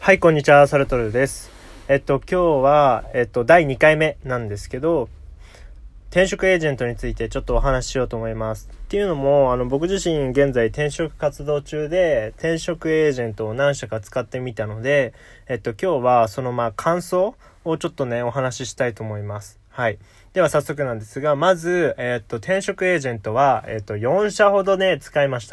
はい、こんにちは、サルトルです。今日は、第2回目なんですけど、転職エージェントについてちょっとお話ししようと思います。っていうのも、僕自身現在転職活動中で、転職エージェントを何社か使ってみたので、今日はその感想をちょっとね、お話ししたいと思います。はい。では早速なんですが、まず、転職エージェントは、4社ほどね、使いました。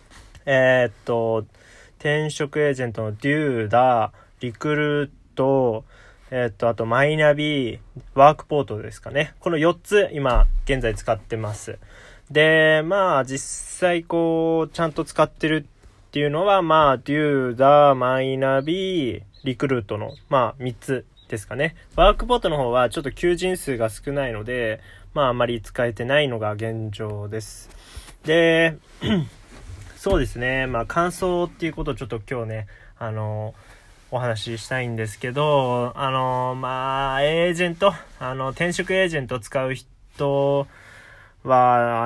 転職エージェントのデューダ、リクルート、あとマイナビ、ワークポートですかね。この4つ今現在使ってます。で、実際ちゃんと使ってるっていうのはデューダ、マイナビ、リクルートの3つですかね。ワークポートの方はちょっと求人数が少ないので、あまり使えてないのが現状です。で、そうですね。感想っていうことをちょっと今日ね、お話ししたいんですけど、エージェント、転職エージェントを使う人は、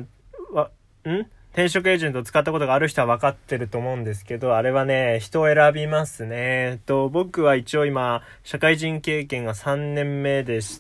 転職エージェントを使ったことがある人は分かってると思うんですけど、あれはね、人を選びますね。僕は一応今、社会人経験が3年目でして、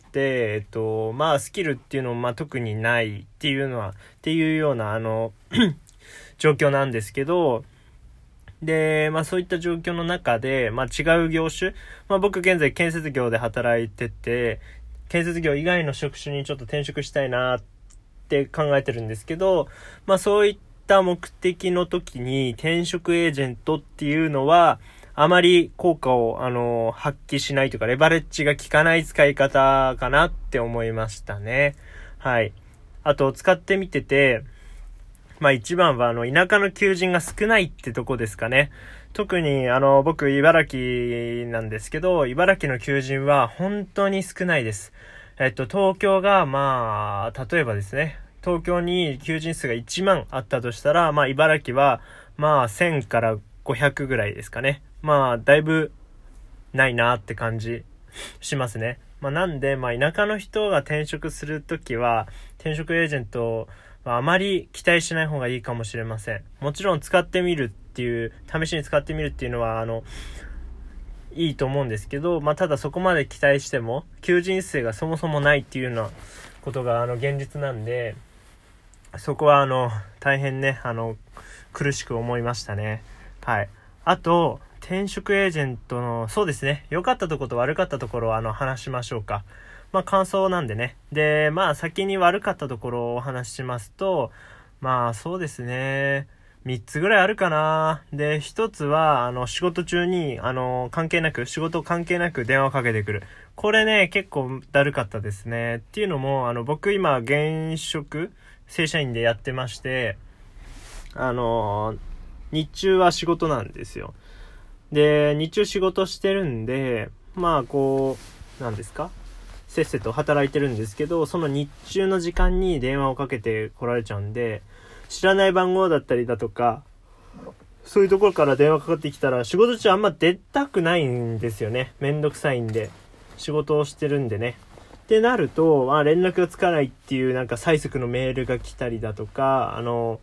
スキルっていうのも特にないっていうような、状況なんですけど、で、そういった状況の中で、違う業種、僕現在建設業で働いてて、建設業以外の職種にちょっと転職したいなって考えてるんですけど、そういった目的の時に転職エージェントっていうのは、あまり効果を、発揮しないというか、レバレッジが効かない使い方かなって思いましたね。はい。あと、使ってみてて、一番は田舎の求人が少ないってとこですかね。特に僕茨城なんですけど、茨城の求人は本当に少ないです。東京が例えばですね、東京に求人数が1万あったとしたら、茨城は1000から500ぐらいですかね。だいぶないなって感じしますね。なんで田舎の人が転職するときは転職エージェントあまり期待しない方がいいかもしれません。もちろん使ってみるっていう、試しに使ってみるっていうのはいいと思うんですけど、ただそこまで期待しても求人数がそもそもないっていうようなことが現実なんで、そこは大変ね苦しく思いましたね。はい。あと転職エージェントのそうですね、良かったところと悪かったところを話しましょうか。感想なんでね。で、先に悪かったところをお話ししますと、そうですね。3つぐらいあるかな。で、1つは、仕事中に、仕事関係なく電話をかけてくる。これね、結構だるかったですね。っていうのも、僕今、現職、正社員でやってまして、日中は仕事なんですよ。で、日中仕事してるんで、なんですか？せっせと働いてるんですけど、その日中の時間に電話をかけて来られちゃうんで、知らない番号だったりだとか、そういうところから電話かかってきたら仕事中あんま出たくないんですよね。めんどくさいんで、仕事をしてるんでね。ってなると、連絡がつかないっていう催促のメールが来たりだとか、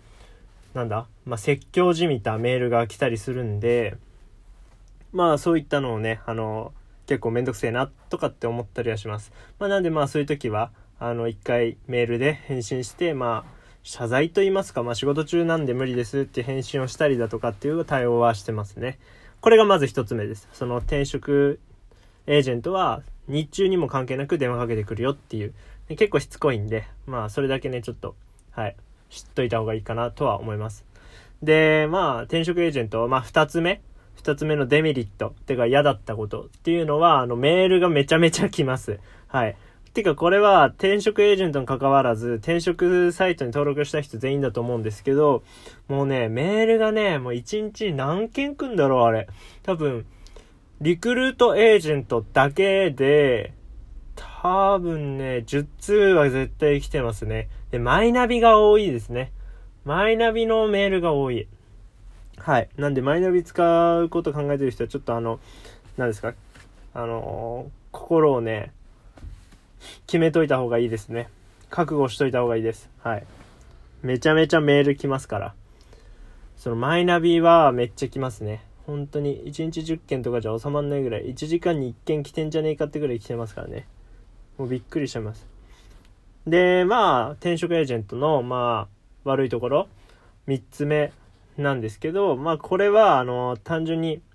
説教じみたメールが来たりするんで、そういったのをね、結構めんどくせえなとかって思ったりはします。なんでそういう時は一回メールで返信して謝罪と言いますか、仕事中なんで無理ですって返信をしたりだとかっていう対応はしてますね。これがまず一つ目です。その転職エージェントは日中にも関係なく電話かけてくるよっていう、結構しつこいんでそれだけねちょっと知っといた方がいいかなとは思います。で転職エージェント二つ目のデメリットてか嫌だったことっていうのはメールがめちゃめちゃ来ます。はい。てかこれは転職エージェントに関わらず転職サイトに登録した人全員だと思うんですけど、もうねメールがねもう1日に何件来んだろうあれ。多分リクルートエージェントだけで多分ね10通は絶対来てますね。でマイナビが多いですね。マイナビのメールが多い。はい。なんでマイナビ使うこと考えてる人はちょっと何ですか、心をね決めといた方がいいですね。覚悟しといた方がいいです。はい。めちゃめちゃメール来ますから。そのマイナビはめっちゃ来ますね。 本当に1日10件とかじゃ収まんないぐらい、1時間に1件来てんじゃねえかってぐらい来てますからね。もうびっくりしちゃいます。で、まあ転職エージェントのまあ悪いところ3つ目なんですけど、まあこれは単純に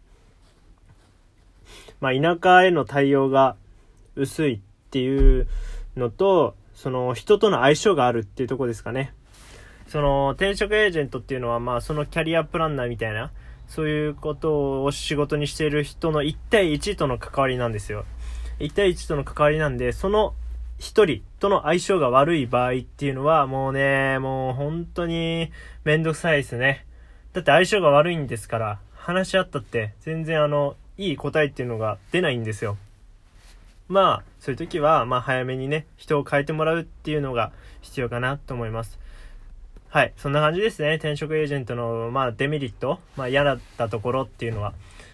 まあ田舎への対応が薄いっていうのと、その人との相性があるっていうところですかね。その転職エージェントっていうのはまあそのキャリアプランナーみたいなそういうことを仕事にしている人の1対1との関わりなんですよ。1対1との関わりなんで、その1人との相性が悪い場合っていうのはもう本当にめんどくさいですね。だって相性が悪いんですから、話し合ったって全然いい答えっていうのが出ないんですよ。まあそういう時はまあ早めにね人を変えてもらうっていうのが必要かなと思います。はい、そんな感じですね。転職エージェントのまあデメリット、まあ嫌だったところっていうのは、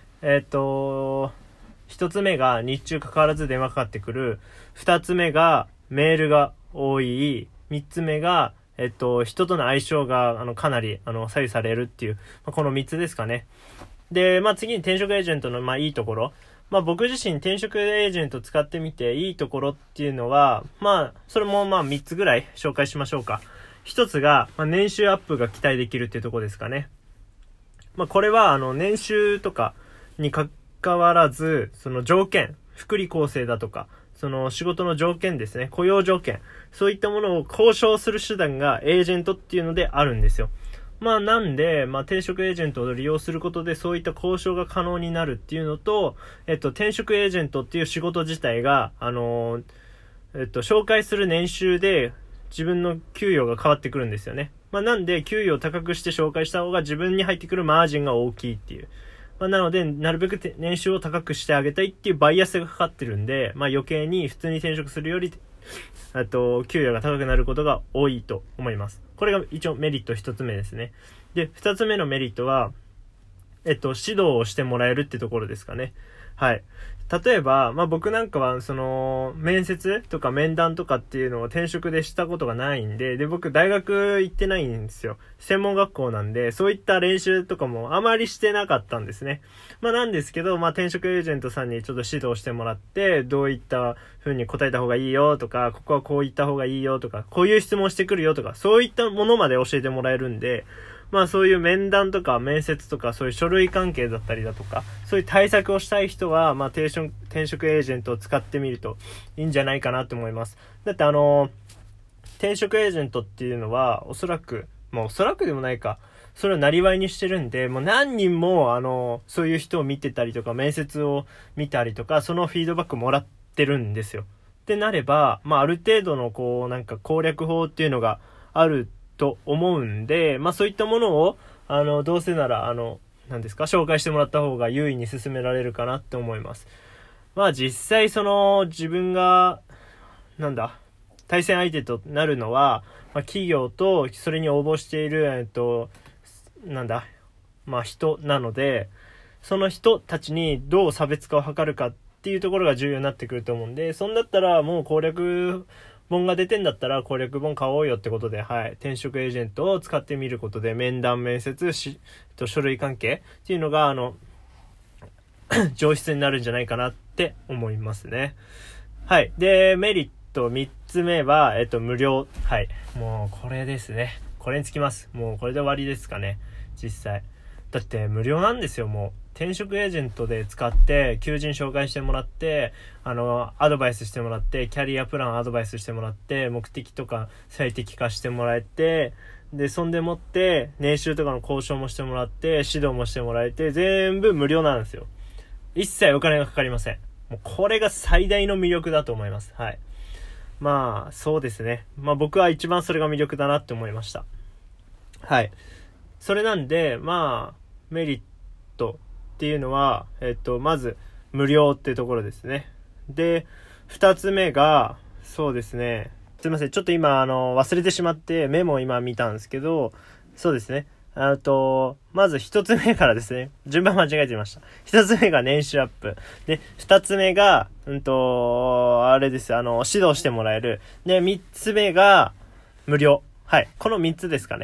一つ目が日中関わらず電話かかってくる、二つ目がメールが多い、三つ目が人との相性がかなり左右されるっていう、まあ、この三つですかね。で、まあ次に転職エージェントのまあいいところ。まあ僕自身転職エージェント使ってみていいところっていうのは、まあそれもまあ3つぐらい紹介しましょうか。一つが、まあ、年収アップが期待できるっていうところですかね。まあこれは年収とかに関わらず、その条件、福利厚生だとか、その仕事の条件ですね、雇用条件、そういったものを交渉する手段がエージェントっていうのであるんですよ。まあなんで、まあ転職エージェントを利用することでそういった交渉が可能になるっていうのと、転職エージェントっていう仕事自体が、紹介する年収で自分の給与が変わってくるんですよね。まあなんで給与を高くして紹介した方が自分に入ってくるマージンが大きいっていう。まあなので、なるべく年収を高くしてあげたいっていうバイアスがかかってるんで、まあ余計に普通に転職するより、給与が高くなることが多いと思います。これが一応メリット一つ目ですね。で、二つ目のメリットは、指導をしてもらえるってところですかね。はい。例えば、まあ僕なんかは、面接とか面談とかっていうのを転職でしたことがないんで、僕大学行ってないんですよ。専門学校なんで、そういった練習とかもあまりしてなかったんですね。まあなんですけど、まあ転職エージェントさんにちょっと指導してもらって、どういった風に答えた方がいいよとか、ここはこう言った方がいいよとか、こういう質問してくるよとか、そういったものまで教えてもらえるんで、まあそういう面談とか面接とかそういう書類関係だったりだとかそういう対策をしたい人はまあ転職エージェントを使ってみるといいんじゃないかなと思います。だって転職エージェントっていうのはおそらくでもないか、それをなりわいにしてるんで、もう何人もそういう人を見てたりとか面接を見たりとかそのフィードバックもらってるんですよ。ってなればまあある程度のこうなんか攻略法っていうのがあると思うんで、まあそういったものをどうせなら何ですか紹介してもらった方が優位に進められるかなって思います。まあ実際自分が対戦相手となるのは、まあ、企業とそれに応募しているまあ人なので、その人たちにどう差別化を図るかっていうところが重要になってくると思うんで、そんだったらもう攻略本が出てんだったら攻略本買おうよってことで、はい、転職エージェントを使ってみることで面談面接書類関係っていうのが上質になるんじゃないかなって思いますね。はい。でメリット3つ目は無料。はい、もうこれですね。これにつきます。もうこれで終わりですかね。実際だって無料なんですよ。もう転職エージェントで使って求人紹介してもらってアドバイスしてもらってキャリアプランアドバイスしてもらって目的とか最適化してもらえて、でそんでもって年収とかの交渉もしてもらって指導もしてもらえて全部無料なんですよ。一切お金がかかりません。もうこれが最大の魅力だと思います。はい。まあそうですね。まあ僕は一番それが魅力だなって思いました。はい。それなんでまあメリットっていうのはまず無料っていうところですね。で2つ目がそうですね、すいませんちょっと今忘れてしまってメモを今見たんですけど、そうですねまず1つ目からですね、順番間違えてました。1つ目が年収アップで、2つ目があれです指導してもらえるで、3つ目が無料。はい、この3つですかね。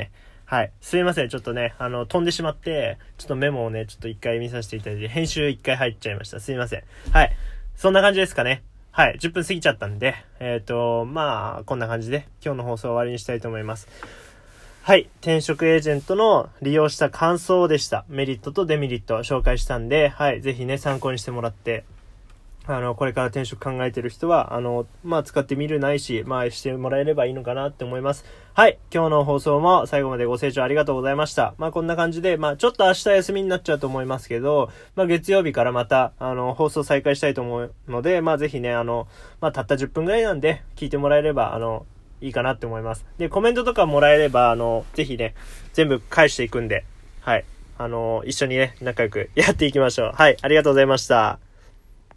はい。すいません。ちょっとね、飛んでしまって、ちょっとメモをね、ちょっと一回見させていただいて、編集一回入っちゃいました。すいません。はい。そんな感じですかね。はい。10分過ぎちゃったんで、まあ、こんな感じで、今日の放送を終わりにしたいと思います。はい。転職エージェントの利用した感想でした。メリットとデメリットを紹介したんで、はい。ぜひね、参考にしてもらって、これから転職考えてる人は、まあ、使ってみるないし、まあ、してもらえればいいのかなって思います。はい。今日の放送も最後までご清聴ありがとうございました。まあ、こんな感じで、まあ、ちょっと明日休みになっちゃうと思いますけど、まあ、月曜日からまた、放送再開したいと思うので、まあ、ぜひね、まあ、たった10分ぐらいなんで、聞いてもらえれば、いいかなって思います。で、コメントとかもらえれば、ぜひね、全部返していくんで、はい。一緒にね、仲良くやっていきましょう。はい。ありがとうございました。